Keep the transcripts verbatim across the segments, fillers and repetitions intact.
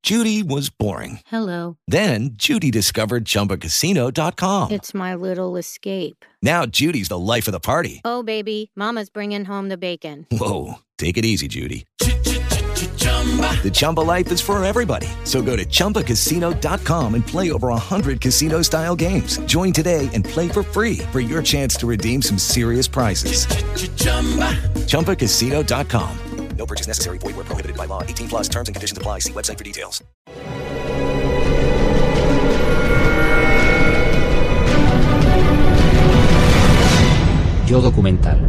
Judy was boring. Hello. Then Judy discovered Chumba Casino dot com. It's my little escape. Now Judy's the life of the party. Oh, baby, mama's bringing home the bacon. Whoa, take it easy, Judy. The Chumba life is for everybody. So go to Chumba Casino dot com and play over one hundred casino-style games. Join today and play for free for your chance to redeem some serious prizes. Chumba Casino dot com. No purchase necessary. Void where prohibited by law. eighteen plus terms and conditions apply. See website for details. Yo documental.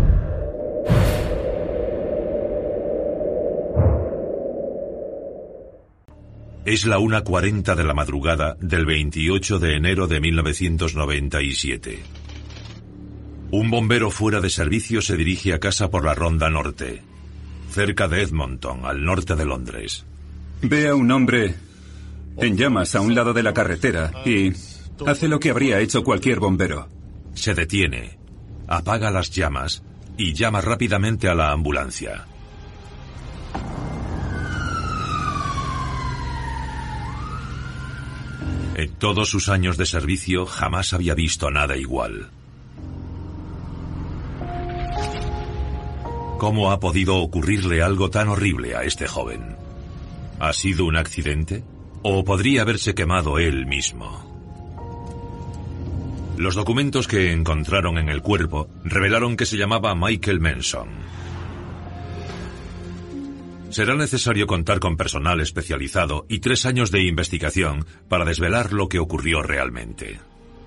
Es la una cuarenta de la madrugada del veintiocho de enero de mil novecientos noventa y siete. Un bombero fuera de servicio se dirige a casa por la Ronda Norte, cerca de Edmonton, al norte de Londres. Ve a un hombre en llamas a un lado de la carretera y hace lo que habría hecho cualquier bombero. Se detiene, apaga las llamas y llama rápidamente a la ambulancia. En todos sus años de servicio jamás había visto nada igual. ¿Cómo ha podido ocurrirle algo tan horrible a este joven? ¿Ha sido un accidente? ¿O podría haberse quemado él mismo? Los documentos que encontraron en el cuerpo revelaron que se llamaba Michael Manson. Será necesario contar con personal especializado y tres años de investigación para desvelar lo que ocurrió realmente.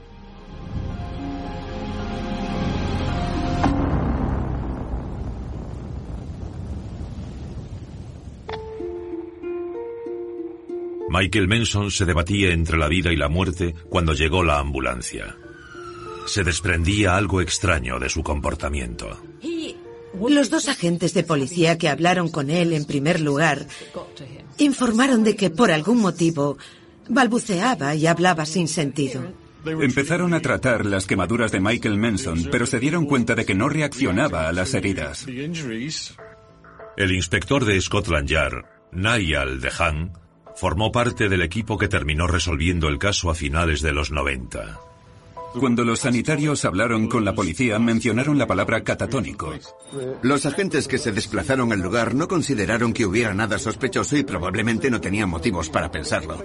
Michael Manson se debatía entre la vida y la muerte cuando llegó la ambulancia. Se desprendía algo extraño de su comportamiento. Los dos agentes de policía que hablaron con él en primer lugar informaron de que por algún motivo balbuceaba y hablaba sin sentido. Empezaron a tratar las quemaduras de Michael Manson, pero se dieron cuenta de que no reaccionaba a las heridas. El inspector de Scotland Yard, Niall Dehan, formó parte del equipo que terminó resolviendo el caso a finales de los noventa. Cuando los sanitarios hablaron con la policía, mencionaron la palabra catatónico. Los agentes que se desplazaron al lugar no consideraron que hubiera nada sospechoso y probablemente no tenían motivos para pensarlo.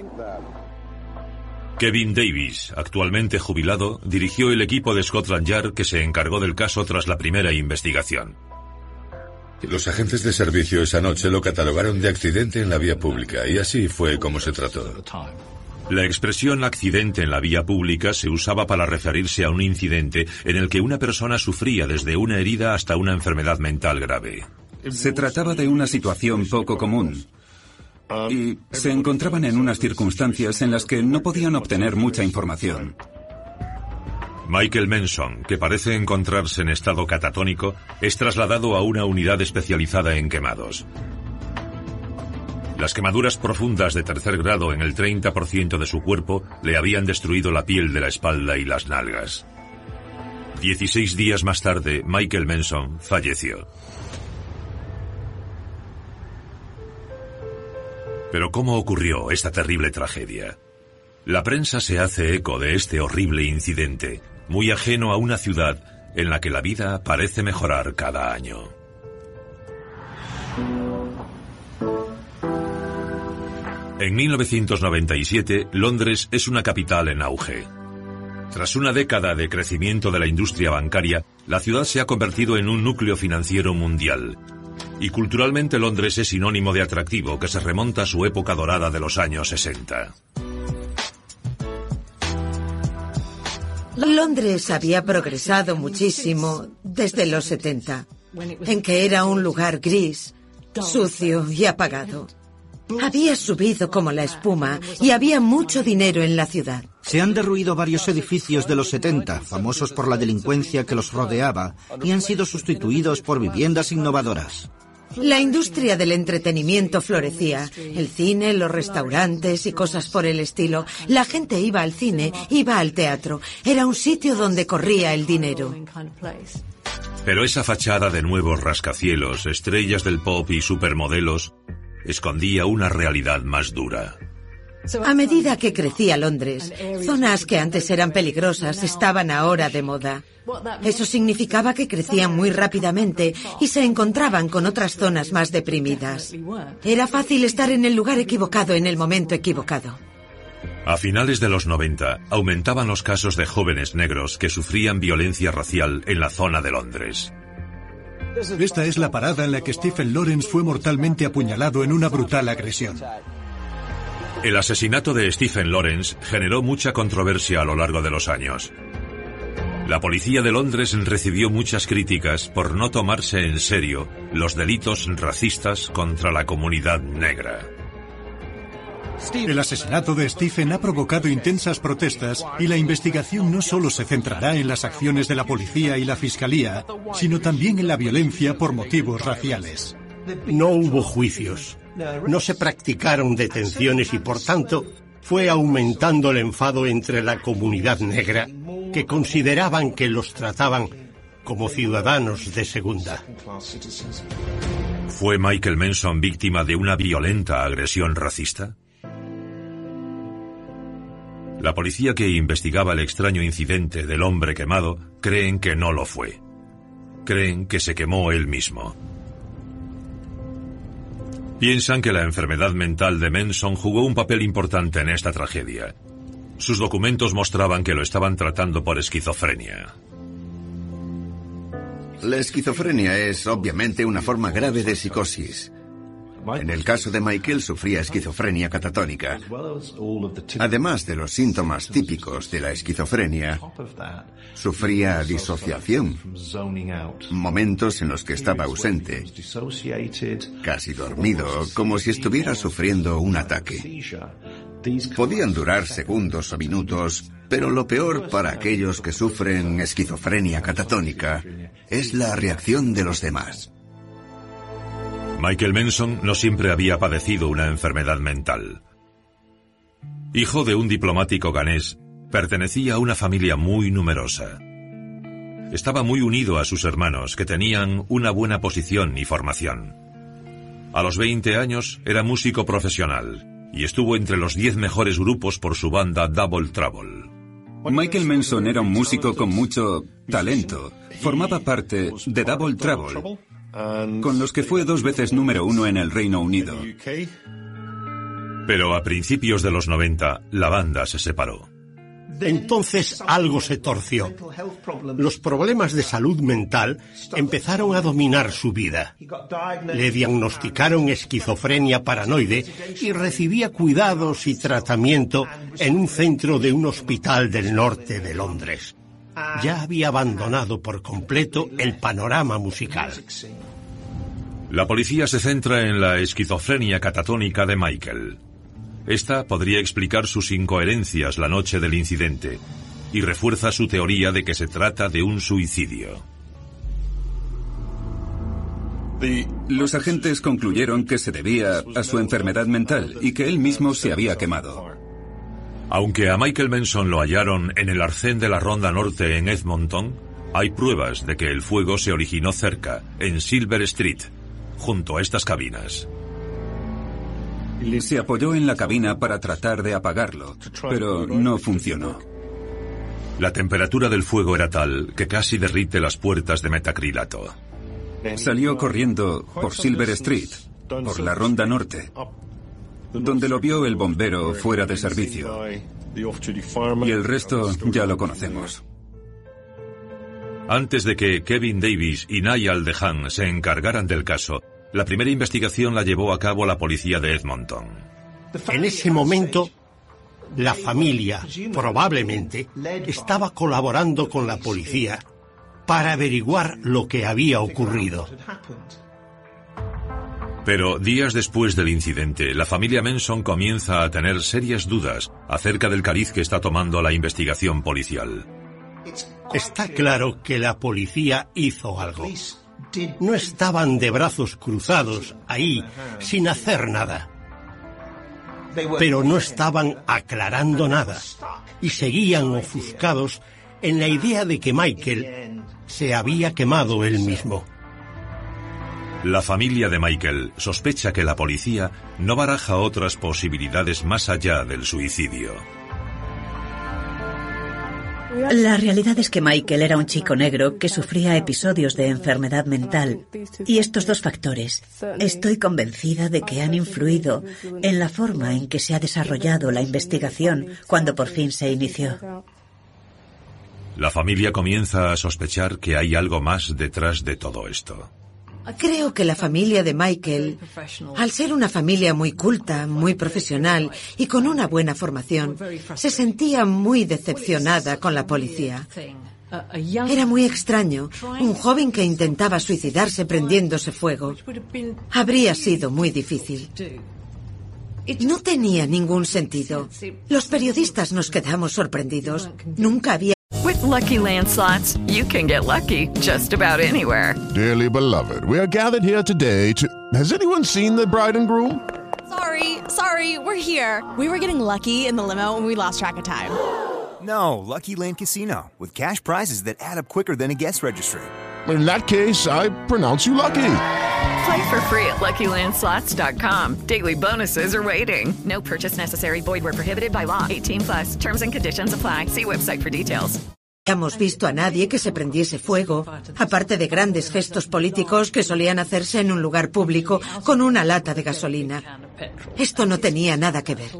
Kevin Davis, actualmente jubilado, dirigió el equipo de Scotland Yard que se encargó del caso tras la primera investigación. Los agentes de servicio esa noche lo catalogaron de accidente en la vía pública y así fue como se trató. La expresión accidente en la vía pública se usaba para referirse a un incidente en el que una persona sufría desde una herida hasta una enfermedad mental grave. Se trataba de una situación poco común y se encontraban en unas circunstancias en las que no podían obtener mucha información. Michael Manson, que parece encontrarse en estado catatónico, es trasladado a una unidad especializada en quemados. Las quemaduras profundas de tercer grado en el treinta por ciento de su cuerpo le habían destruido la piel de la espalda y las nalgas. Dieciséis días más tarde, Michael Manson falleció. Pero ¿cómo ocurrió esta terrible tragedia? La prensa se hace eco de este horrible incidente, muy ajeno a una ciudad en la que la vida parece mejorar cada año. En mil novecientos noventa y siete, Londres es una capital en auge. Tras una década de crecimiento de la industria bancaria, la ciudad se ha convertido en un núcleo financiero mundial. Y culturalmente Londres es sinónimo de atractivo que se remonta a su época dorada de los años sesenta. Londres había progresado muchísimo desde los setenta, en que era un lugar gris, sucio y apagado. Había subido como la espuma y había mucho dinero en la ciudad. Se han derruido varios edificios de los setenta, famosos por la delincuencia que los rodeaba, y han sido sustituidos por viviendas innovadoras. La industria del entretenimiento florecía. El cine, los restaurantes y cosas por el estilo. La gente iba al cine, iba al teatro. Era un sitio donde corría el dinero. Pero esa fachada de nuevos rascacielos, estrellas del pop y supermodelos, escondía una realidad más dura. A medida que crecía Londres, zonas que antes eran peligrosas estaban ahora de moda. Eso significaba que crecían muy rápidamente y se encontraban con otras zonas más deprimidas. Era fácil estar en el lugar equivocado en el momento equivocado. A finales de los noventa, aumentaban los casos de jóvenes negros que sufrían violencia racial en la zona de Londres. Esta es la parada en la que Stephen Lawrence fue mortalmente apuñalado en una brutal agresión. El asesinato de Stephen Lawrence generó mucha controversia a lo largo de los años. La policía de Londres recibió muchas críticas por no tomarse en serio los delitos racistas contra la comunidad negra. El asesinato de Stephen ha provocado intensas protestas y la investigación no solo se centrará en las acciones de la policía y la fiscalía, sino también en la violencia por motivos raciales. No hubo juicios, no se practicaron detenciones y, por tanto, fue aumentando el enfado entre la comunidad negra, que consideraban que los trataban como ciudadanos de segunda. ¿Fue Michael Manson víctima de una violenta agresión racista? La policía que investigaba el extraño incidente del hombre quemado creen que no lo fue. Creen que se quemó él mismo. Piensan que la enfermedad mental de Manson jugó un papel importante en esta tragedia. Sus documentos mostraban que lo estaban tratando por esquizofrenia. La esquizofrenia es obviamente una forma grave de psicosis. En el caso de Michael sufría esquizofrenia catatónica. Además de los síntomas típicos de la esquizofrenia, sufría disociación, momentos en los que estaba ausente, casi dormido, como si estuviera sufriendo un ataque. Podían durar segundos o minutos, pero lo peor para aquellos que sufren esquizofrenia catatónica es la reacción de los demás. Michael Manson no siempre había padecido una enfermedad mental. Hijo de un diplomático ganés, pertenecía a una familia muy numerosa. Estaba muy unido a sus hermanos, que tenían una buena posición y formación. A los veinte años era músico profesional y estuvo entre los diez mejores grupos por su banda Double Trouble. Michael Manson era un músico con mucho talento. Formaba parte de Double Trouble, con los que fue dos veces número uno en el Reino Unido. Pero a principios de los noventa, la banda se separó. Entonces algo se torció. Los problemas de salud mental empezaron a dominar su vida. Le diagnosticaron esquizofrenia paranoide y recibía cuidados y tratamiento en un centro de un hospital del norte de Londres. Ya había abandonado por completo el panorama musical. La policía se centra en la esquizofrenia catatónica de Michael. Esta podría explicar sus incoherencias la noche del incidente y refuerza su teoría de que se trata de un suicidio. Los agentes concluyeron que se debía a su enfermedad mental y que él mismo se había quemado. Aunque a Michael Manson lo hallaron en el arcén de la Ronda Norte en Edmonton, hay pruebas de que el fuego se originó cerca, en Silver Street, junto a estas cabinas. Se apoyó en la cabina para tratar de apagarlo, pero no funcionó. La temperatura del fuego era tal que casi derrite las puertas de metacrilato. Salió corriendo por Silver Street, por la Ronda Norte, donde lo vio el bombero fuera de servicio. Y el resto ya lo conocemos. Antes de que Kevin Davis y Niall DeHaan se encargaran del caso, la primera investigación la llevó a cabo la policía de Edmonton. En ese momento, la familia, probablemente, estaba colaborando con la policía para averiguar lo que había ocurrido. Pero días después del incidente, la familia Manson comienza a tener serias dudas acerca del cariz que está tomando la investigación policial. Está claro que la policía hizo algo. No estaban de brazos cruzados ahí, sin hacer nada. Pero no estaban aclarando nada y seguían ofuscados en la idea de que Michael se había quemado él mismo. La familia de Michael sospecha que la policía no baraja otras posibilidades más allá del suicidio. La realidad es que Michael era un chico negro que sufría episodios de enfermedad mental. Y estos dos factores, estoy convencida de que han influido en la forma en que se ha desarrollado la investigación cuando por fin se inició. La familia comienza a sospechar que hay algo más detrás de todo esto. Creo que la familia de Michael, al ser una familia muy culta, muy profesional y con una buena formación, se sentía muy decepcionada con la policía. Era muy extraño, un joven que intentaba suicidarse prendiéndose fuego. Habría sido muy difícil. No tenía ningún sentido. Los periodistas nos quedamos sorprendidos. Nunca había... With Lucky Land Slots, you can get lucky just about anywhere. Dearly beloved, we are gathered here today to... Has anyone seen the bride and groom? Sorry, sorry, we're here. We were getting lucky in the limo and we lost track of time. No, Lucky Land Casino, with cash prizes that add up quicker than a guest registry. In that case, I pronounce you lucky. Play for free at Lucky Land Slots dot com. Daily bonuses are waiting. No purchase necessary. Void where prohibited by law. eighteen plus. Terms and conditions apply. See website for details. Hemos visto a nadie que se prendiese fuego, aparte de grandes gestos políticos que solían hacerse en un lugar público con una lata de gasolina. Esto no tenía nada que ver.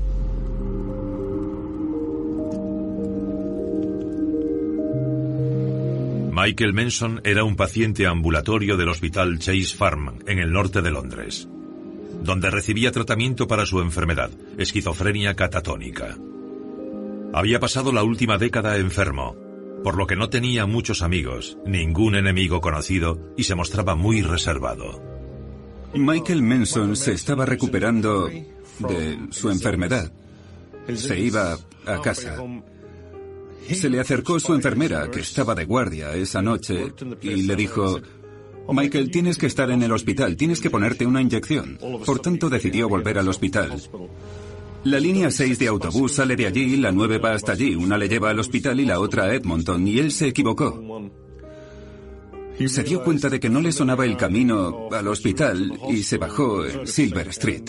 Michael Manson era un paciente ambulatorio del Hospital Chase Farm, en el norte de Londres, donde recibía tratamiento para su enfermedad, esquizofrenia catatónica. Había pasado la última década enfermo, por lo que no tenía muchos amigos, ningún enemigo conocido y se mostraba muy reservado. Michael Manson se estaba recuperando de su enfermedad. Se iba a casa. Se le acercó su enfermera, que estaba de guardia esa noche, y le dijo: Michael, tienes que estar en el hospital, tienes que ponerte una inyección. Por tanto, decidió volver al hospital. La línea seis de autobús sale de allí, la nueve va hasta allí, una le lleva al hospital y la otra a Edmonton, y él se equivocó. Se dio cuenta de que no le sonaba el camino al hospital y se bajó en Silver Street.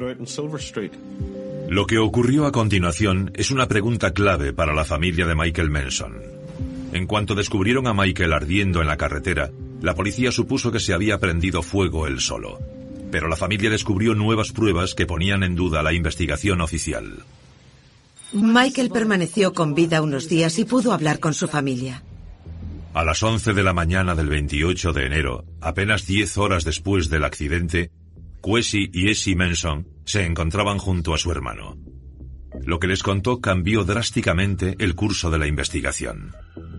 Lo que ocurrió a continuación es una pregunta clave para la familia de Michael Manson. En cuanto descubrieron a Michael ardiendo en la carretera, la policía supuso que se había prendido fuego él solo. Pero la familia descubrió nuevas pruebas que ponían en duda la investigación oficial. Michael permaneció con vida unos días y pudo hablar con su familia. A las once de la mañana del veintiocho de enero, apenas diez horas después del accidente, Kwesi y Essie Manson se encontraban junto a su hermano. Lo que les contó cambió drásticamente el curso de la investigación.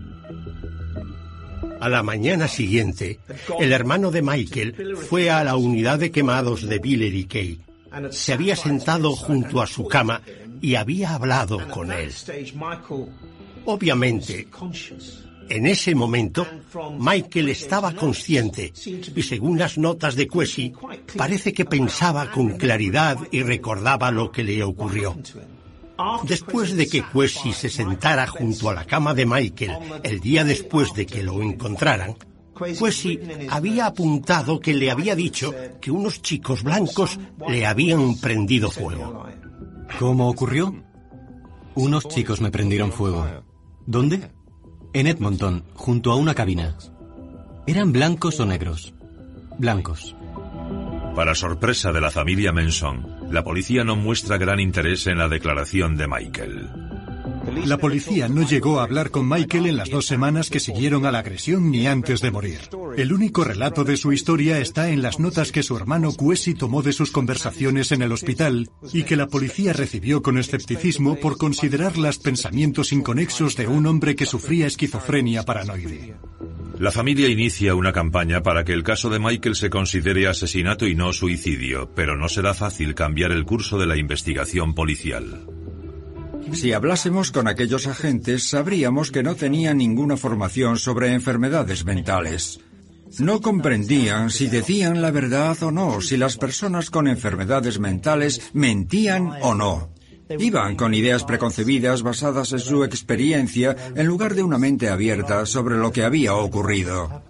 A la mañana siguiente, el hermano de Michael fue a la unidad de quemados de Biller Kay. Se había sentado junto a su cama y había hablado con él. Obviamente, en ese momento, Michael estaba consciente y, según las notas de Kwesi, parece que pensaba con claridad y recordaba lo que le ocurrió. Después de que Kwesi se sentara junto a la cama de Michael el día después de que lo encontraran, Kwesi había apuntado que le había dicho que unos chicos blancos le habían prendido fuego. ¿Cómo ocurrió? Unos chicos me prendieron fuego. ¿Dónde? En Edmonton, junto a una cabina. ¿Eran blancos o negros? Blancos. Para sorpresa de la familia Manson, la policía no muestra gran interés en la declaración de Michael. La policía no llegó a hablar con Michael en las dos semanas que siguieron a la agresión ni antes de morir. El único relato de su historia está en las notas que su hermano Kwesi tomó de sus conversaciones en el hospital y que la policía recibió con escepticismo por considerarlas pensamientos inconexos de un hombre que sufría esquizofrenia paranoide. La familia inicia una campaña para que el caso de Michael se considere asesinato y no suicidio, pero no será fácil cambiar el curso de la investigación policial. Si hablásemos con aquellos agentes, sabríamos que no tenían ninguna formación sobre enfermedades mentales. No comprendían si decían la verdad o no, si las personas con enfermedades mentales mentían o no. Iban con ideas preconcebidas basadas en su experiencia en lugar de una mente abierta sobre lo que había ocurrido.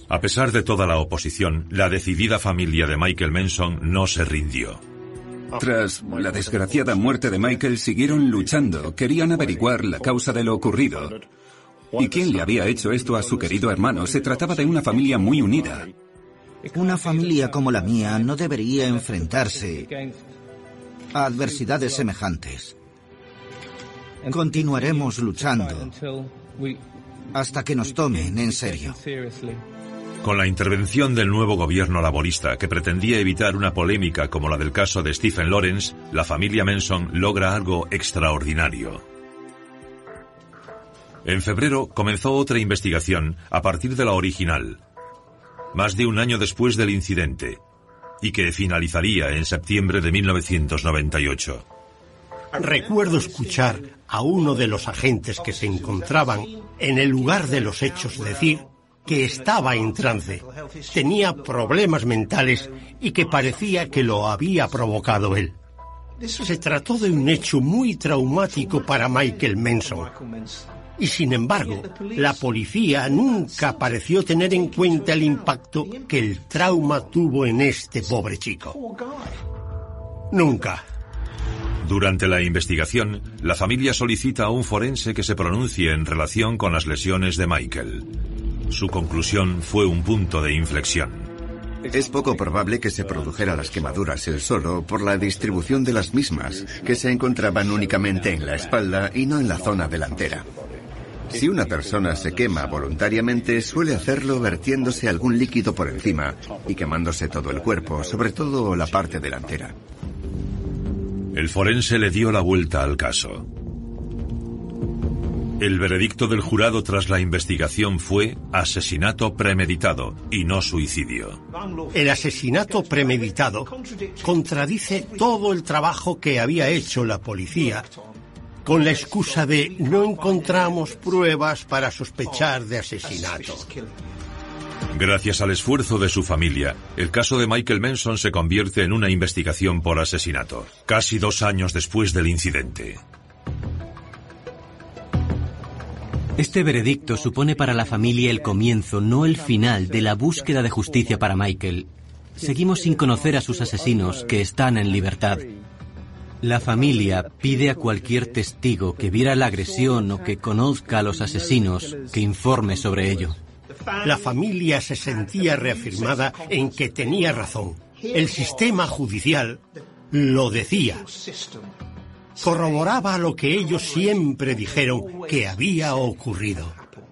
A pesar de toda la oposición, la decidida familia de Michael Manson no se rindió. Tras la desgraciada muerte de Michael, siguieron luchando. Querían averiguar la causa de lo ocurrido. ¿Y quién le había hecho esto a su querido hermano? Se trataba de una familia muy unida. Una familia como la mía no debería enfrentarse a adversidades semejantes. Continuaremos luchando hasta que nos tomen en serio. Con la intervención del nuevo gobierno laborista, que pretendía evitar una polémica como la del caso de Stephen Lawrence, la familia Manson logra algo extraordinario. En febrero comenzó otra investigación a partir de la original, más de un año después del incidente, y que finalizaría en septiembre de mil novecientos noventa y ocho. Recuerdo escuchar a uno de los agentes que se encontraban en el lugar de los hechos decir que estaba en trance, tenía problemas mentales y que parecía que lo había provocado él. Se trató de un hecho muy traumático para Michael Manson. Y sin embargo, la policía nunca pareció tener en cuenta el impacto que el trauma tuvo en este pobre chico. Nunca. Durante la investigación, la familia solicita a un forense que se pronuncie en relación con las lesiones de Michael. Su conclusión fue un punto de inflexión. Es poco probable que se produjeran las quemaduras él solo por la distribución de las mismas, que se encontraban únicamente en la espalda y no en la zona delantera. Si una persona se quema voluntariamente, suele hacerlo vertiéndose algún líquido por encima y quemándose todo el cuerpo, sobre todo la parte delantera. El forense le dio la vuelta al caso. El veredicto del jurado tras la investigación fue asesinato premeditado y no suicidio. El asesinato premeditado contradice todo el trabajo que había hecho la policía con la excusa de no encontramos pruebas para sospechar de asesinato. Gracias al esfuerzo de su familia, el caso de Michael Manson se convierte en una investigación por asesinato, casi dos años después del incidente. Este veredicto supone para la familia el comienzo, no el final, de la búsqueda de justicia para Michael. Seguimos sin conocer a sus asesinos, que están en libertad. La familia pide a cualquier testigo que viera la agresión o que conozca a los asesinos que informe sobre ello. La familia se sentía reafirmada en que tenía razón. El sistema judicial lo decía. Corroboraba lo que ellos siempre dijeron que había ocurrido.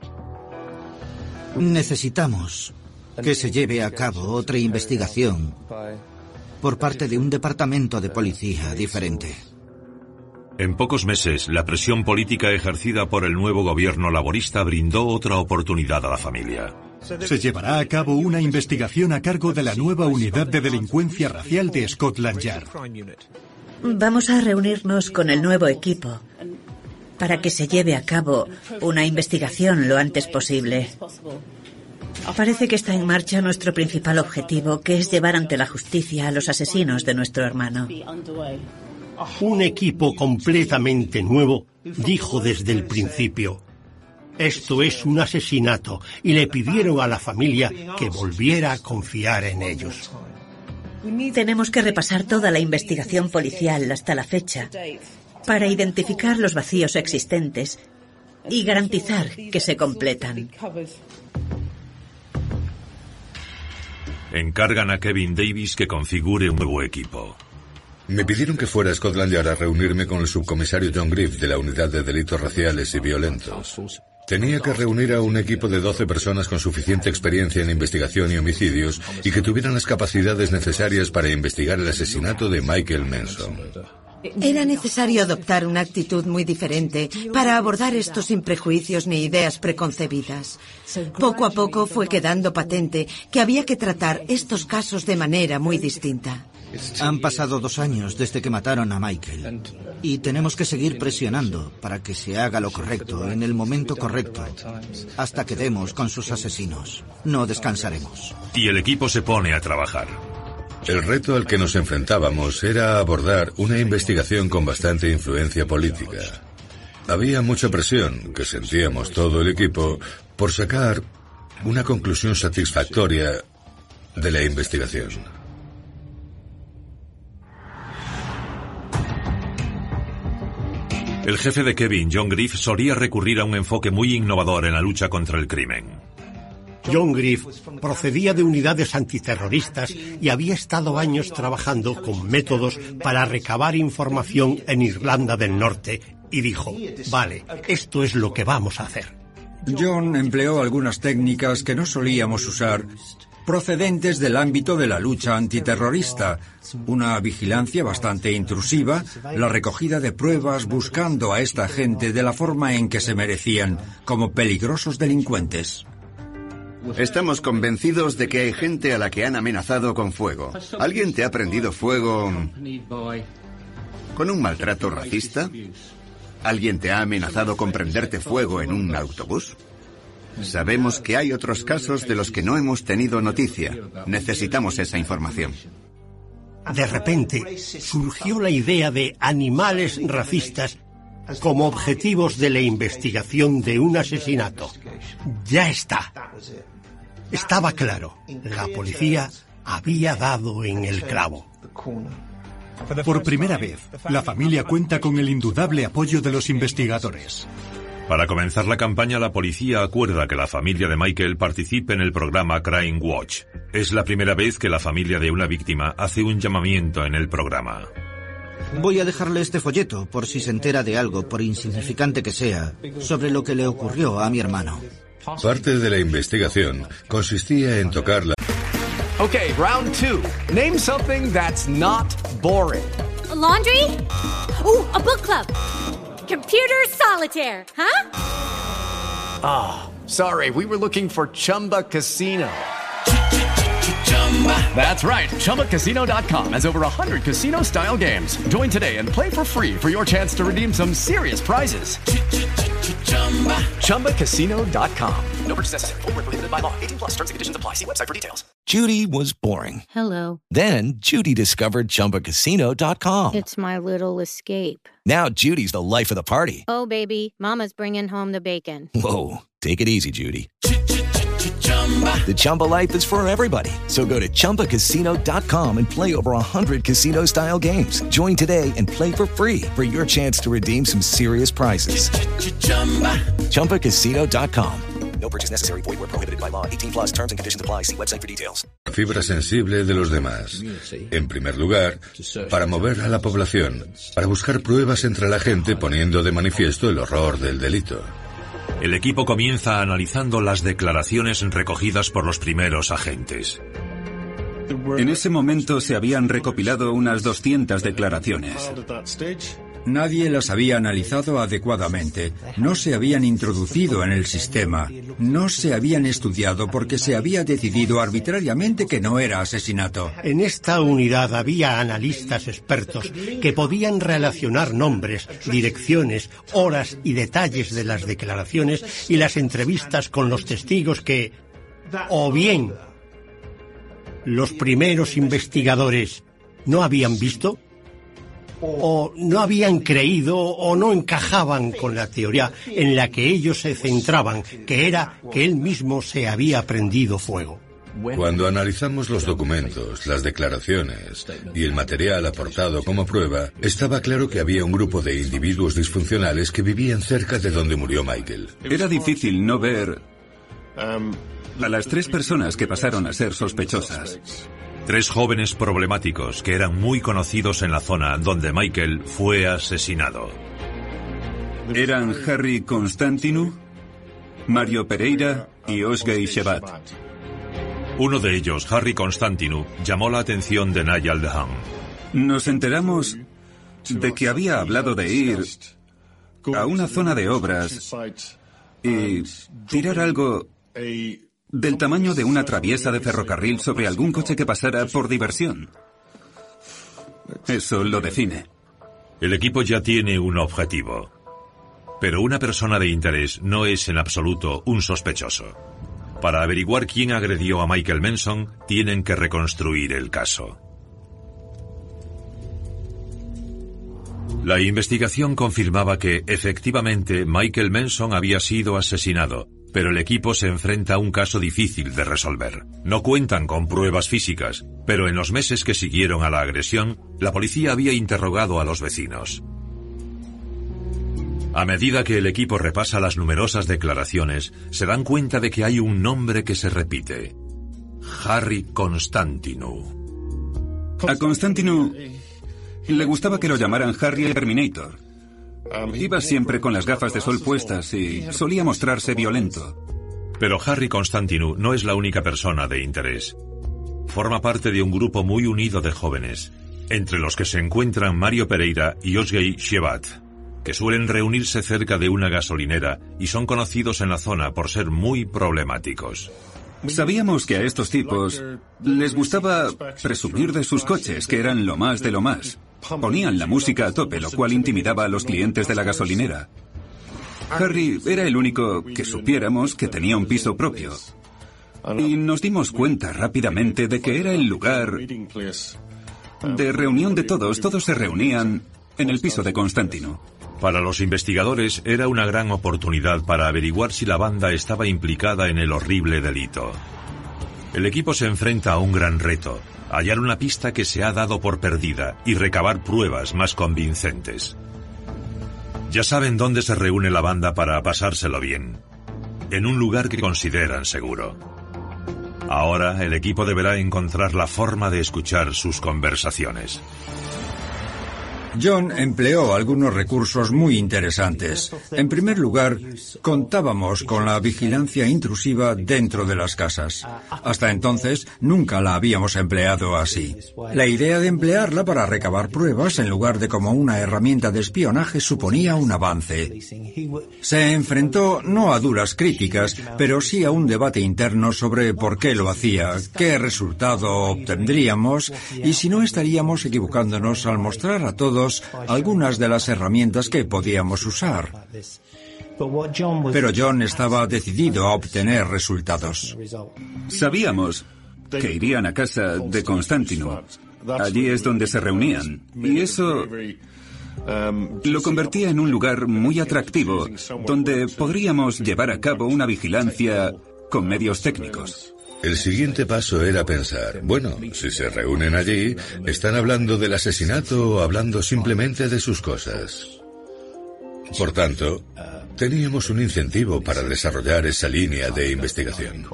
Necesitamos que se lleve a cabo otra investigación por parte de un departamento de policía diferente. En pocos meses, la presión política ejercida por el nuevo gobierno laborista brindó otra oportunidad a la familia. Se llevará a cabo una investigación a cargo de la nueva unidad de delincuencia racial de Scotland Yard. Vamos a reunirnos con el nuevo equipo para que se lleve a cabo una investigación lo antes posible. Parece que está en marcha nuestro principal objetivo, que es llevar ante la justicia a los asesinos de nuestro hermano. Un equipo completamente nuevo dijo desde el principio: esto es un asesinato, y le pidieron a la familia que volviera a confiar en ellos. Tenemos que repasar toda la investigación policial hasta la fecha para identificar los vacíos existentes y garantizar que se completan. Encargan a Kevin Davis que configure un nuevo equipo. Me pidieron que fuera a Scotland Yard a reunirme con el subcomisario John Griff de la Unidad de Delitos Raciales y Violentos. Tenía que reunir a un equipo de doce personas con suficiente experiencia en investigación y homicidios y que tuvieran las capacidades necesarias para investigar el asesinato de Michael Manson. Era necesario adoptar una actitud muy diferente para abordar esto sin prejuicios ni ideas preconcebidas. Poco a poco fue quedando patente que había que tratar estos casos de manera muy distinta. Han pasado dos años desde que mataron a Michael y tenemos que seguir presionando para que se haga lo correcto en el momento correcto hasta que demos con sus asesinos. No descansaremos. Y el equipo se pone a trabajar. El reto al que nos enfrentábamos era abordar una investigación con bastante influencia política. Había mucha presión, que sentíamos todo el equipo, por sacar una conclusión satisfactoria de la investigación. El jefe de Kevin, John Griff, solía recurrir a un enfoque muy innovador en la lucha contra el crimen. John Griff procedía de unidades antiterroristas y había estado años trabajando con métodos para recabar información en Irlanda del Norte y dijo, vale, esto es lo que vamos a hacer. John empleó algunas técnicas que no solíamos usar, procedentes del ámbito de la lucha antiterrorista, una vigilancia bastante intrusiva, la recogida de pruebas buscando a esta gente de la forma en que se merecían, como peligrosos delincuentes. Estamos convencidos de que hay gente a la que han amenazado con fuego. ¿Alguien te ha prendido fuego con un maltrato racista? ¿Alguien te ha amenazado con prenderte fuego en un autobús? Sabemos que hay otros casos de los que no hemos tenido noticia. Necesitamos esa información. De repente, surgió la idea de animales racistas como objetivos de la investigación de un asesinato. Ya está. Estaba claro. La policía había dado en el clavo. Por primera vez, la familia cuenta con el indudable apoyo de los investigadores. Para comenzar la campaña, la policía acuerda que la familia de Michael participe en el programa Crime Watch. Es la primera vez que la familia de una víctima hace un llamamiento en el programa. Voy a dejarle este folleto por si se entera de algo, por insignificante que sea, sobre lo que le ocurrió a mi hermano. Parte de la investigación consistía en tocar la... Okay, round two. Name something that's not boring. A laundry? Ooh, a book club. Computer solitaire, huh? Ah, oh, sorry, we were looking for Chumba Casino. That's right, Chumba Casino dot com has over one hundred casino-style games. Join today and play for free for your chance to redeem some serious prizes. Chumba Casino dot com. No purchase necessary. Void where prohibited by law. eighteen plus terms and conditions apply. See website for details. Judy was boring. Hello. Then Judy discovered Chumba Casino dot com. It's my little escape. Now Judy's the life of the party. Oh, baby, mama's bringing home the bacon. Whoa, take it easy, Judy. The Chumba life is for everybody. So go to Chumba Casino dot com and play over one hundred casino-style games. Join today and play for free for your chance to redeem some serious prizes. Chumba Casino dot com. No purchase necessary. Void where prohibited by law. eighteen plus terms and conditions apply. See website for details. Fibra sensible de los demás. En primer lugar, para mover a la población, para buscar pruebas entre la gente poniendo de manifiesto el horror del delito. El equipo comienza analizando las declaraciones recogidas por los primeros agentes. En ese momento se habían recopilado unas doscientas declaraciones. Nadie las había analizado adecuadamente, no se habían introducido en el sistema, no se habían estudiado porque se había decidido arbitrariamente que no era asesinato. En esta unidad había analistas expertos que podían relacionar nombres, direcciones, horas y detalles de las declaraciones y las entrevistas con los testigos que, o bien, los primeros investigadores no habían visto, o no habían creído o no encajaban con la teoría en la que ellos se centraban, que era que él mismo se había prendido fuego. Cuando analizamos los documentos, las declaraciones y el material aportado como prueba, estaba claro que había un grupo de individuos disfuncionales que vivían cerca de donde murió Michael. Era difícil no ver a las tres personas que pasaron a ser sospechosas. Tres jóvenes problemáticos que eran muy conocidos en la zona donde Michael fue asesinado. Eran Harry Constantinou, Mario Pereira y Oshgei Shebat. Uno de ellos, Harry Constantinou, llamó la atención de Nayal Dehan. Nos enteramos de que había hablado de ir a una zona de obras y tirar algo del tamaño de una traviesa de ferrocarril sobre algún coche que pasara por diversión. Eso lo define. El equipo ya tiene un objetivo. Pero una persona de interés no es en absoluto un sospechoso. Para averiguar quién agredió a Michael Manson, tienen que reconstruir el caso. La investigación confirmaba que, efectivamente, Michael Manson había sido asesinado, Pero el equipo se enfrenta a un caso difícil de resolver. No cuentan con pruebas físicas, pero en los meses que siguieron a la agresión, la policía había interrogado a los vecinos. A medida que el equipo repasa las numerosas declaraciones, se dan cuenta de que hay un nombre que se repite: Harry Constantinou. A Constantinou le gustaba que lo llamaran Harry el Terminator. Iba siempre con las gafas de sol puestas y solía mostrarse violento. Pero Harry Constantinou no es la única persona de interés. Forma parte de un grupo muy unido de jóvenes, entre los que se encuentran Mario Pereira y Oskar Shebat, que suelen reunirse cerca de una gasolinera y son conocidos en la zona por ser muy problemáticos. Sabíamos que a estos tipos les gustaba presumir de sus coches, que eran lo más de lo más. Ponían la música a tope, lo cual intimidaba a los clientes de la gasolinera. Harry era el único que supiéramos que tenía un piso propio. Y nos dimos cuenta rápidamente de que era el lugar de reunión de todos. Todos se reunían en el piso de Constantinou. Para los investigadores era una gran oportunidad para averiguar si la banda estaba implicada en el horrible delito. El equipo se enfrenta a un gran reto: hallar una pista que se ha dado por perdida y recabar pruebas más convincentes. Ya saben dónde se reúne la banda para pasárselo bien, en un lugar que consideran seguro. Ahora el equipo deberá encontrar la forma de escuchar sus conversaciones. John empleó algunos recursos muy interesantes. En primer lugar, contábamos con la vigilancia intrusiva dentro de las casas. Hasta entonces, nunca la habíamos empleado así. La idea de emplearla para recabar pruebas en lugar de como una herramienta de espionaje suponía un avance. Se enfrentó no a duras críticas, pero sí a un debate interno sobre por qué lo hacía, qué resultado obtendríamos y si no estaríamos equivocándonos al mostrar a todos algunas de las herramientas que podíamos usar. Pero John estaba decidido a obtener resultados. Sabíamos que irían a casa de Constantinou. Allí es donde se reunían. Y eso lo convertía en un lugar muy atractivo, donde podríamos llevar a cabo una vigilancia con medios técnicos. El siguiente paso era pensar, bueno, si se reúnen allí, ¿están hablando del asesinato o hablando simplemente de sus cosas? Por tanto, teníamos un incentivo para desarrollar esa línea de investigación.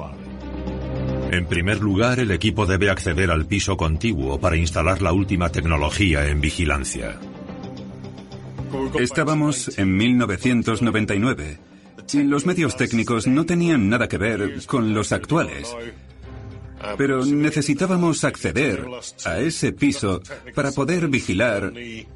En primer lugar, el equipo debe acceder al piso contiguo para instalar la última tecnología en vigilancia. Estábamos en mil novecientos noventa y nueve. Los medios técnicos no tenían nada que ver con los actuales, pero necesitábamos acceder a ese piso para poder vigilar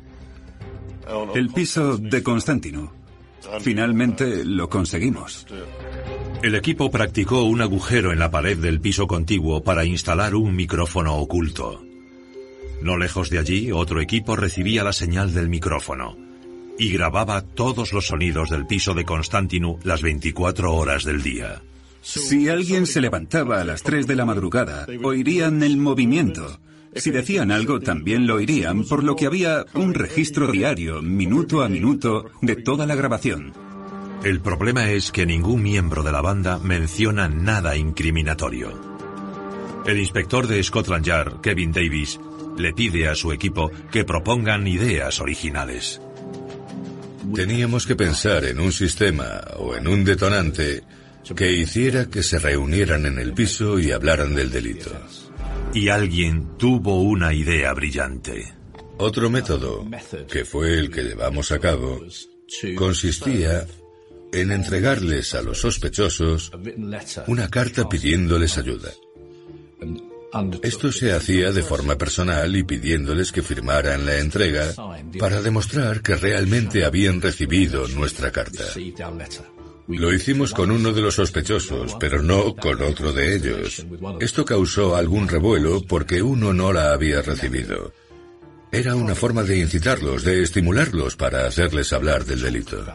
el piso de Constantinou. Finalmente lo conseguimos. El equipo practicó un agujero en la pared del piso contiguo para instalar un micrófono oculto. No lejos de allí, otro equipo recibía la señal del micrófono y grababa todos los sonidos del piso de Constantinou las veinticuatro horas del día. Si alguien se levantaba a las tres de la madrugada, oirían el movimiento. Si decían algo, también lo oirían, por lo que había un registro diario, minuto a minuto, de toda la grabación. El problema es que ningún miembro de la banda menciona nada incriminatorio. El inspector de Scotland Yard, Kevin Davis, le pide a su equipo que propongan ideas originales. Teníamos que pensar en un sistema o en un detonante que hiciera que se reunieran en el piso y hablaran del delito. Y alguien tuvo una idea brillante. Otro método, que fue el que llevamos a cabo, consistía en entregarles a los sospechosos una carta pidiéndoles ayuda. Esto se hacía de forma personal y pidiéndoles que firmaran la entrega para demostrar que realmente habían recibido nuestra carta. Lo hicimos con uno de los sospechosos, pero no con otro de ellos. Esto causó algún revuelo porque uno no la había recibido. Era una forma de incitarlos, de estimularlos para hacerles hablar del delito.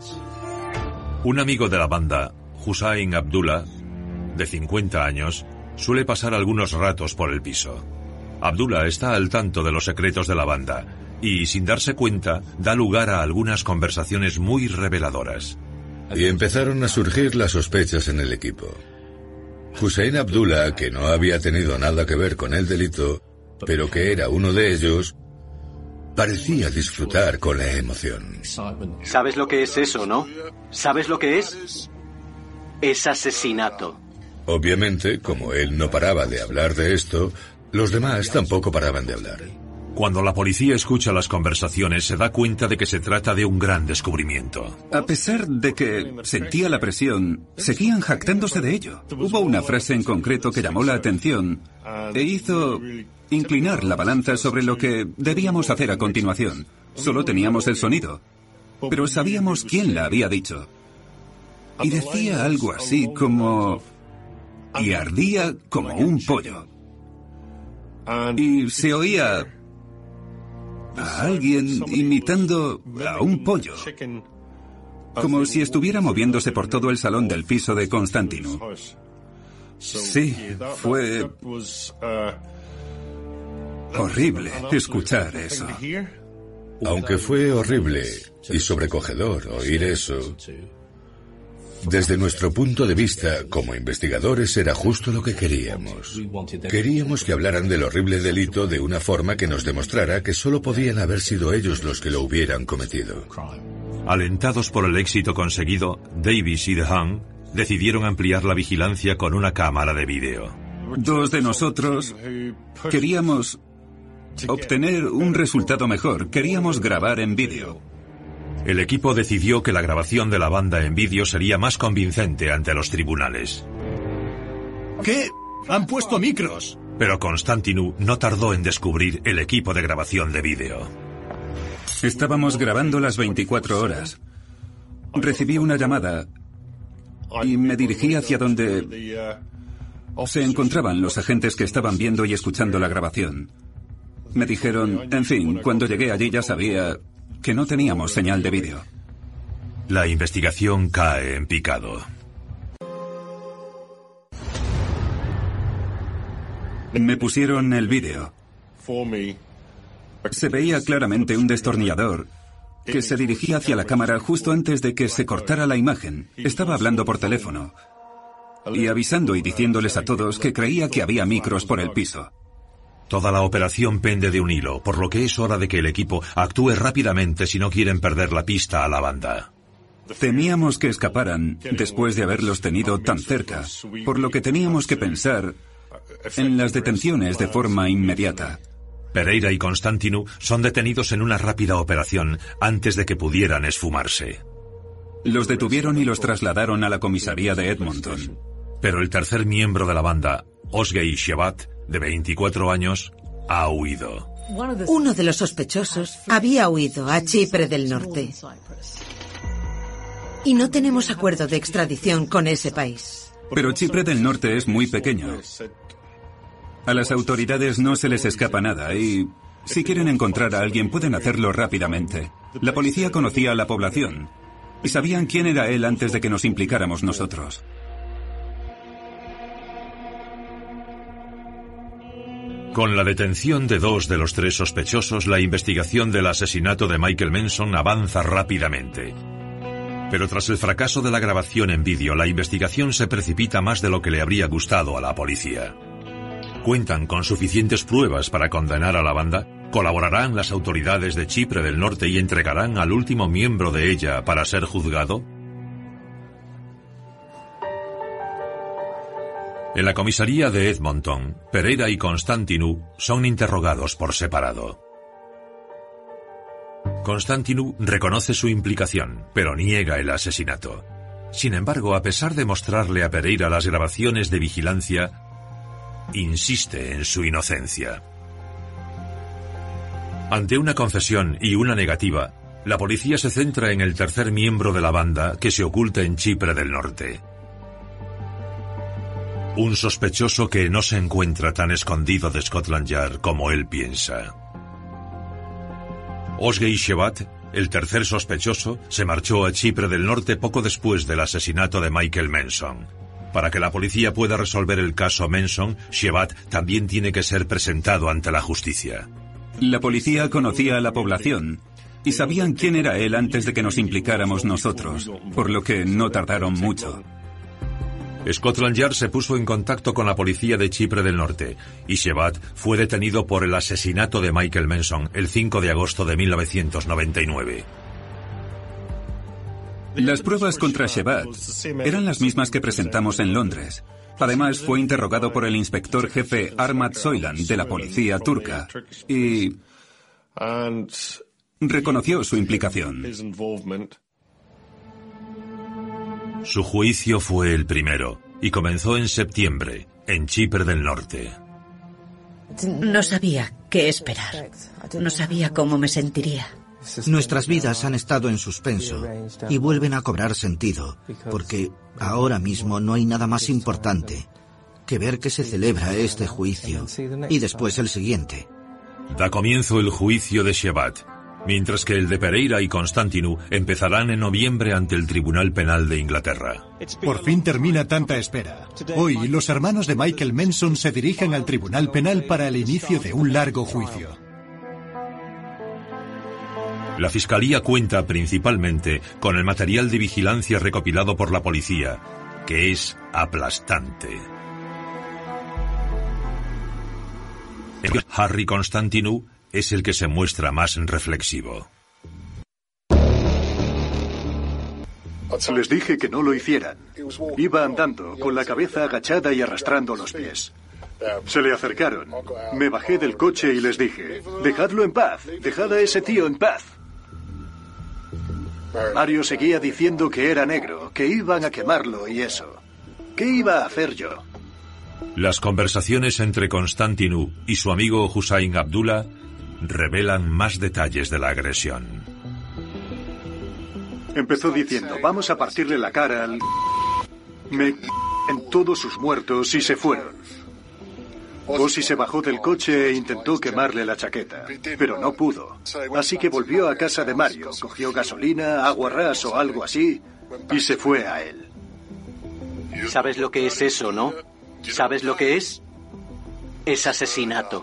Un amigo de la banda, Hussain Abdullah, de cincuenta años, suele pasar algunos ratos por el piso. Abdullah está al tanto de los secretos de la banda y, sin darse cuenta, da lugar a algunas conversaciones muy reveladoras. Y empezaron a surgir las sospechas en el equipo. Hussein Abdullah, que no había tenido nada que ver con el delito, pero que era uno de ellos, parecía disfrutar con la emoción. ¿Sabes lo que es eso, no? ¿Sabes lo que es? Es asesinato. Obviamente, como él no paraba de hablar de esto, los demás tampoco paraban de hablar. Cuando la policía escucha las conversaciones, se da cuenta de que se trata de un gran descubrimiento. A pesar de que sentía la presión, seguían jactándose de ello. Hubo una frase en concreto que llamó la atención e hizo inclinar la balanza sobre lo que debíamos hacer a continuación. Solo teníamos el sonido, pero sabíamos quién la había dicho. Y decía algo así como... y ardía como un pollo. Y se oía a alguien imitando a un pollo, como si estuviera moviéndose por todo el salón del piso de Constantinu. Sí, fue horrible escuchar eso. Aunque fue horrible y sobrecogedor oír eso, desde nuestro punto de vista, como investigadores, era justo lo que queríamos. Queríamos que hablaran del horrible delito de una forma que nos demostrara que solo podían haber sido ellos los que lo hubieran cometido. Alentados por el éxito conseguido, Davis y DeHaan decidieron ampliar la vigilancia con una cámara de vídeo. Dos de nosotros queríamos obtener un resultado mejor. Queríamos grabar en vídeo. El equipo decidió que la grabación de la banda en vídeo sería más convincente ante los tribunales. ¿Qué? ¡Han puesto micros! Pero Constantinu no tardó en descubrir el equipo de grabación de vídeo. Estábamos grabando las veinticuatro horas. Recibí una llamada y me dirigí hacia donde se encontraban los agentes que estaban viendo y escuchando la grabación. Me dijeron, en fin, cuando llegué allí ya sabía que no teníamos señal de vídeo. La investigación cae en picado. Me pusieron el vídeo. Se veía claramente un destornillador que se dirigía hacia la cámara justo antes de que se cortara la imagen. Estaba hablando por teléfono y avisando y diciéndoles a todos que creía que había micros por el piso. Toda la operación pende de un hilo, por lo que es hora de que el equipo actúe rápidamente si no quieren perder la pista a la banda. Temíamos que escaparan después de haberlos tenido tan cerca, por lo que teníamos que pensar en las detenciones de forma inmediata. Pereira y Constantinu son detenidos en una rápida operación antes de que pudieran esfumarse. Los detuvieron y los trasladaron a la comisaría de Edmonton. Pero el tercer miembro de la banda, Ozgei Shevat, de veinticuatro años, ha huido. Uno de los sospechosos había huido a Chipre del Norte. Y no tenemos acuerdo de extradición con ese país. Pero Chipre del Norte es muy pequeño. A las autoridades no se les escapa nada y si quieren encontrar a alguien pueden hacerlo rápidamente. La policía conocía a la población y sabían quién era él antes de que nos implicáramos nosotros. Con la detención de dos de los tres sospechosos, la investigación del asesinato de Michael Manson avanza rápidamente. Pero tras el fracaso de la grabación en vídeo, la investigación se precipita más de lo que le habría gustado a la policía. ¿Cuentan con suficientes pruebas para condenar a la banda? ¿Colaborarán las autoridades de Chipre del Norte y entregarán al último miembro de ella para ser juzgado? En la comisaría de Edmonton, Pereira y Constantinu son interrogados por separado. Constantinu reconoce su implicación, pero niega el asesinato. Sin embargo, a pesar de mostrarle a Pereira las grabaciones de vigilancia, insiste en su inocencia. Ante una confesión y una negativa, la policía se centra en el tercer miembro de la banda que se oculta en Chipre del Norte. Un sospechoso que no se encuentra tan escondido de Scotland Yard como él piensa. Ozgei Shevat, el tercer sospechoso, se marchó a Chipre del Norte poco después del asesinato de Michael Manson. Para que la policía pueda resolver el caso Manson, Shevat también tiene que ser presentado ante la justicia. La policía conocía a la población y sabían quién era él antes de que nos implicáramos nosotros, por lo que no tardaron mucho. Scotland Yard se puso en contacto con la policía de Chipre del Norte y Shebat fue detenido por el asesinato de Michael Manson el cinco de agosto de mil novecientos noventa y nueve. Las pruebas contra Shebat eran las mismas que presentamos en Londres. Además, fue interrogado por el inspector jefe Ahmad Soylan de la policía turca y reconoció su implicación. Su juicio fue el primero y comenzó en septiembre, en Chipre del Norte. No sabía qué esperar. No sabía cómo me sentiría. Nuestras vidas han estado en suspenso y vuelven a cobrar sentido, porque ahora mismo no hay nada más importante que ver que se celebra este juicio y después el siguiente. Da comienzo el juicio de Shebat, mientras que el de Pereira y Constantinu empezarán en noviembre ante el Tribunal Penal de Inglaterra. Por fin termina tanta espera. Hoy, los hermanos de Michael Manson se dirigen al Tribunal Penal para el inicio de un largo juicio. La Fiscalía cuenta principalmente con el material de vigilancia recopilado por la policía, que es aplastante. Harry Constantinu es el que se muestra más reflexivo. Les dije que no lo hicieran. Iba andando, con la cabeza agachada y arrastrando los pies. Se le acercaron. Me bajé del coche y les dije, dejadlo en paz, dejad a ese tío en paz. Mario seguía diciendo que era negro, que iban a quemarlo y eso. ¿Qué iba a hacer yo? Las conversaciones entre Constantinu y su amigo Hussein Abdullah revelan más detalles de la agresión. Empezó diciendo, vamos a partirle la cara al... Me... en todos sus muertos y se fueron. Ozzy se bajó del coche e intentó quemarle la chaqueta, pero no pudo. Así que volvió a casa de Mario, cogió gasolina, agua ras o algo así, y se fue a él. ¿Sabes lo que es eso, no? ¿Sabes lo que es? Es asesinato.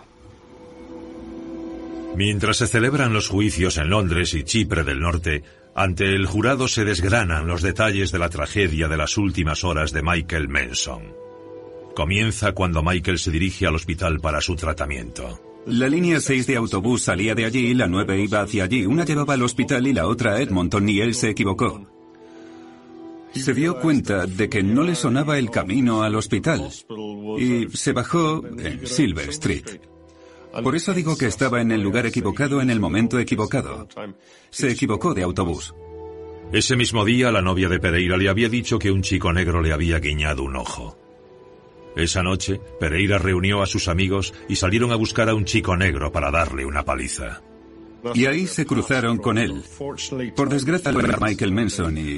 Mientras se celebran los juicios en Londres y Chipre del Norte, ante el jurado se desgranan los detalles de la tragedia de las últimas horas de Michael Manson. Comienza cuando Michael se dirige al hospital para su tratamiento. La línea seis de autobús salía de allí, la nueve iba hacia allí. Una llevaba al hospital y la otra a Edmonton, y él se equivocó. Se dio cuenta de que no le sonaba el camino al hospital y se bajó en Silver Street. Por eso digo que estaba en el lugar equivocado en el momento equivocado. Se equivocó de autobús. Ese mismo día, la novia de Pereira le había dicho que un chico negro le había guiñado un ojo. Esa noche, Pereira reunió a sus amigos y salieron a buscar a un chico negro para darle una paliza. Y ahí se cruzaron con él. Por desgracia, era Michael Manson y...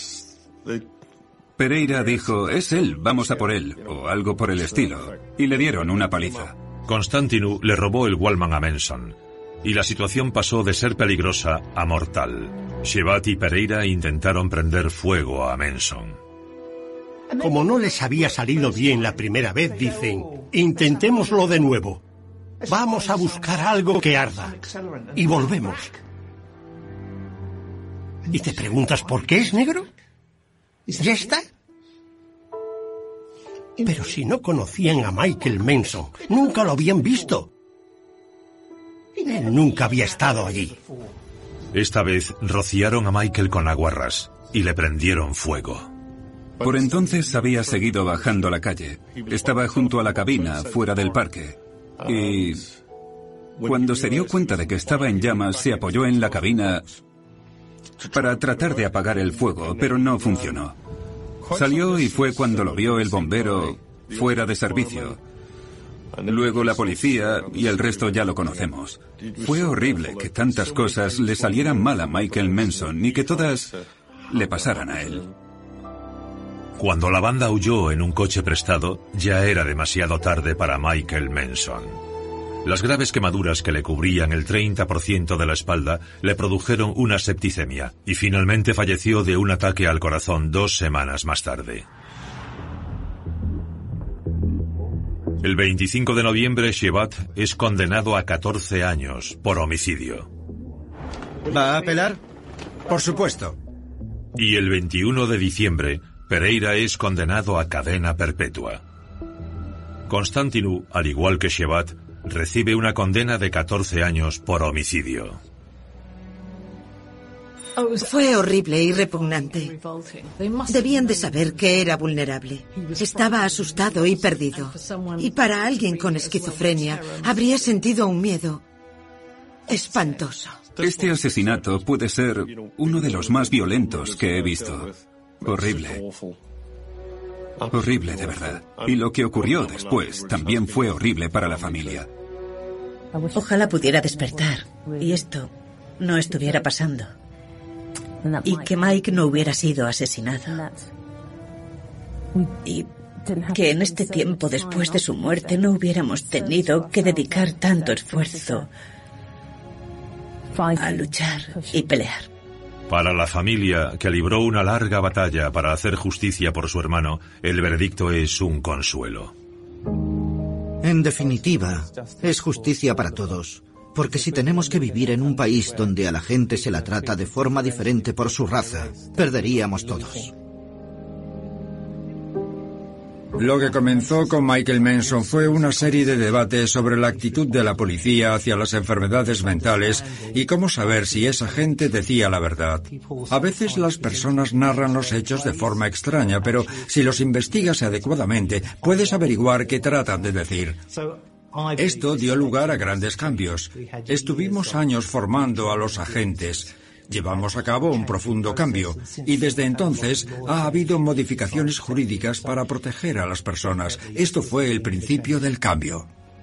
Pereira dijo, es él, vamos a por él, o algo por el estilo. Y le dieron una paliza. Constantinu le robó el Walkman a Manson, y la situación pasó de ser peligrosa a mortal. Shebat y Pereira intentaron prender fuego a Manson. Como no les había salido bien la primera vez, dicen, intentémoslo de nuevo. Vamos a buscar algo que arda. Y volvemos. ¿Y te preguntas por qué es negro? ¿Ya está? Pero si no conocían a Michael Manson, nunca lo habían visto. Él nunca había estado allí. Esta vez rociaron a Michael con aguarrás y le prendieron fuego. Por entonces había seguido bajando la calle. Estaba junto a la cabina, fuera del parque. Y cuando se dio cuenta de que estaba en llamas, se apoyó en la cabina para tratar de apagar el fuego, pero no funcionó. Salió y fue cuando lo vio el bombero fuera de servicio. Luego la policía y el resto ya lo conocemos. Fue horrible que tantas cosas le salieran mal a Michael Manson y que todas le pasaran a él. Cuando la banda huyó en un coche prestado, ya era demasiado tarde para Michael Manson. Las graves quemaduras que le cubrían el treinta por ciento de la espalda le produjeron una septicemia y finalmente falleció de un ataque al corazón dos semanas más tarde. El veinticinco de noviembre, Shebat es condenado a catorce años por homicidio. ¿Va a apelar? Por supuesto. Y el veintiuno de diciembre, Pereira es condenado a cadena perpetua. Constantinu, al igual que Shevat, recibe una condena de catorce años por homicidio. Fue horrible y repugnante. Debían de saber que era vulnerable. Estaba asustado y perdido. Y para alguien con esquizofrenia, habría sentido un miedo espantoso. Este asesinato puede ser uno de los más violentos que he visto. Horrible. Horrible, de verdad. Y lo que ocurrió después también fue horrible para la familia. Ojalá pudiera despertar y esto no estuviera pasando. Y que Mike no hubiera sido asesinado. Y que en este tiempo después de su muerte no hubiéramos tenido que dedicar tanto esfuerzo a luchar y pelear. Para la familia, que libró una larga batalla para hacer justicia por su hermano, el veredicto es un consuelo. En definitiva, es justicia para todos. Porque si tenemos que vivir en un país donde a la gente se la trata de forma diferente por su raza, perderíamos todos. Lo que comenzó con Michael Manson fue una serie de debates sobre la actitud de la policía hacia las enfermedades mentales y cómo saber si esa gente decía la verdad. A veces las personas narran los hechos de forma extraña, pero si los investigas adecuadamente, puedes averiguar qué tratan de decir. Esto dio lugar a grandes cambios. Estuvimos años formando a los agentes. Llevamos a cabo un profundo cambio y desde entonces ha habido modificaciones jurídicas para proteger a las personas. Esto fue el principio del cambio.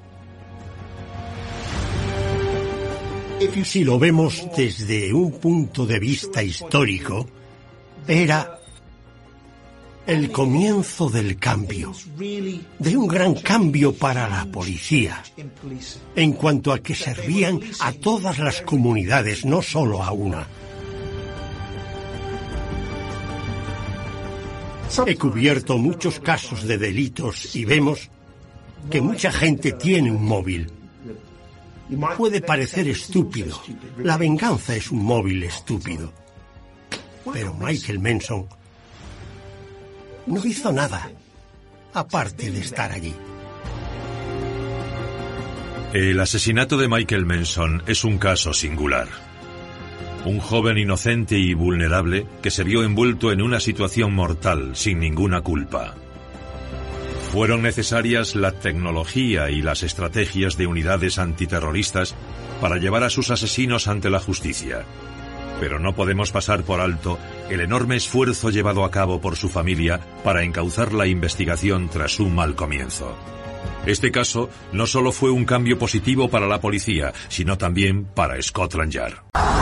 Si lo vemos desde un punto de vista histórico, era el comienzo del cambio, de un gran cambio para la policía, en cuanto a que servían a todas las comunidades, no solo a una. He cubierto muchos casos de delitos y vemos que mucha gente tiene un móvil. Puede parecer estúpido, la venganza es un móvil estúpido, pero Michael Manson no hizo nada, aparte de estar allí. El asesinato de Michael Manson es un caso singular. Un joven inocente y vulnerable que se vio envuelto en una situación mortal sin ninguna culpa. Fueron necesarias la tecnología y las estrategias de unidades antiterroristas para llevar a sus asesinos ante la justicia. Pero no podemos pasar por alto el enorme esfuerzo llevado a cabo por su familia para encauzar la investigación tras un mal comienzo. Este caso no solo fue un cambio positivo para la policía, sino también para Scotland Yard.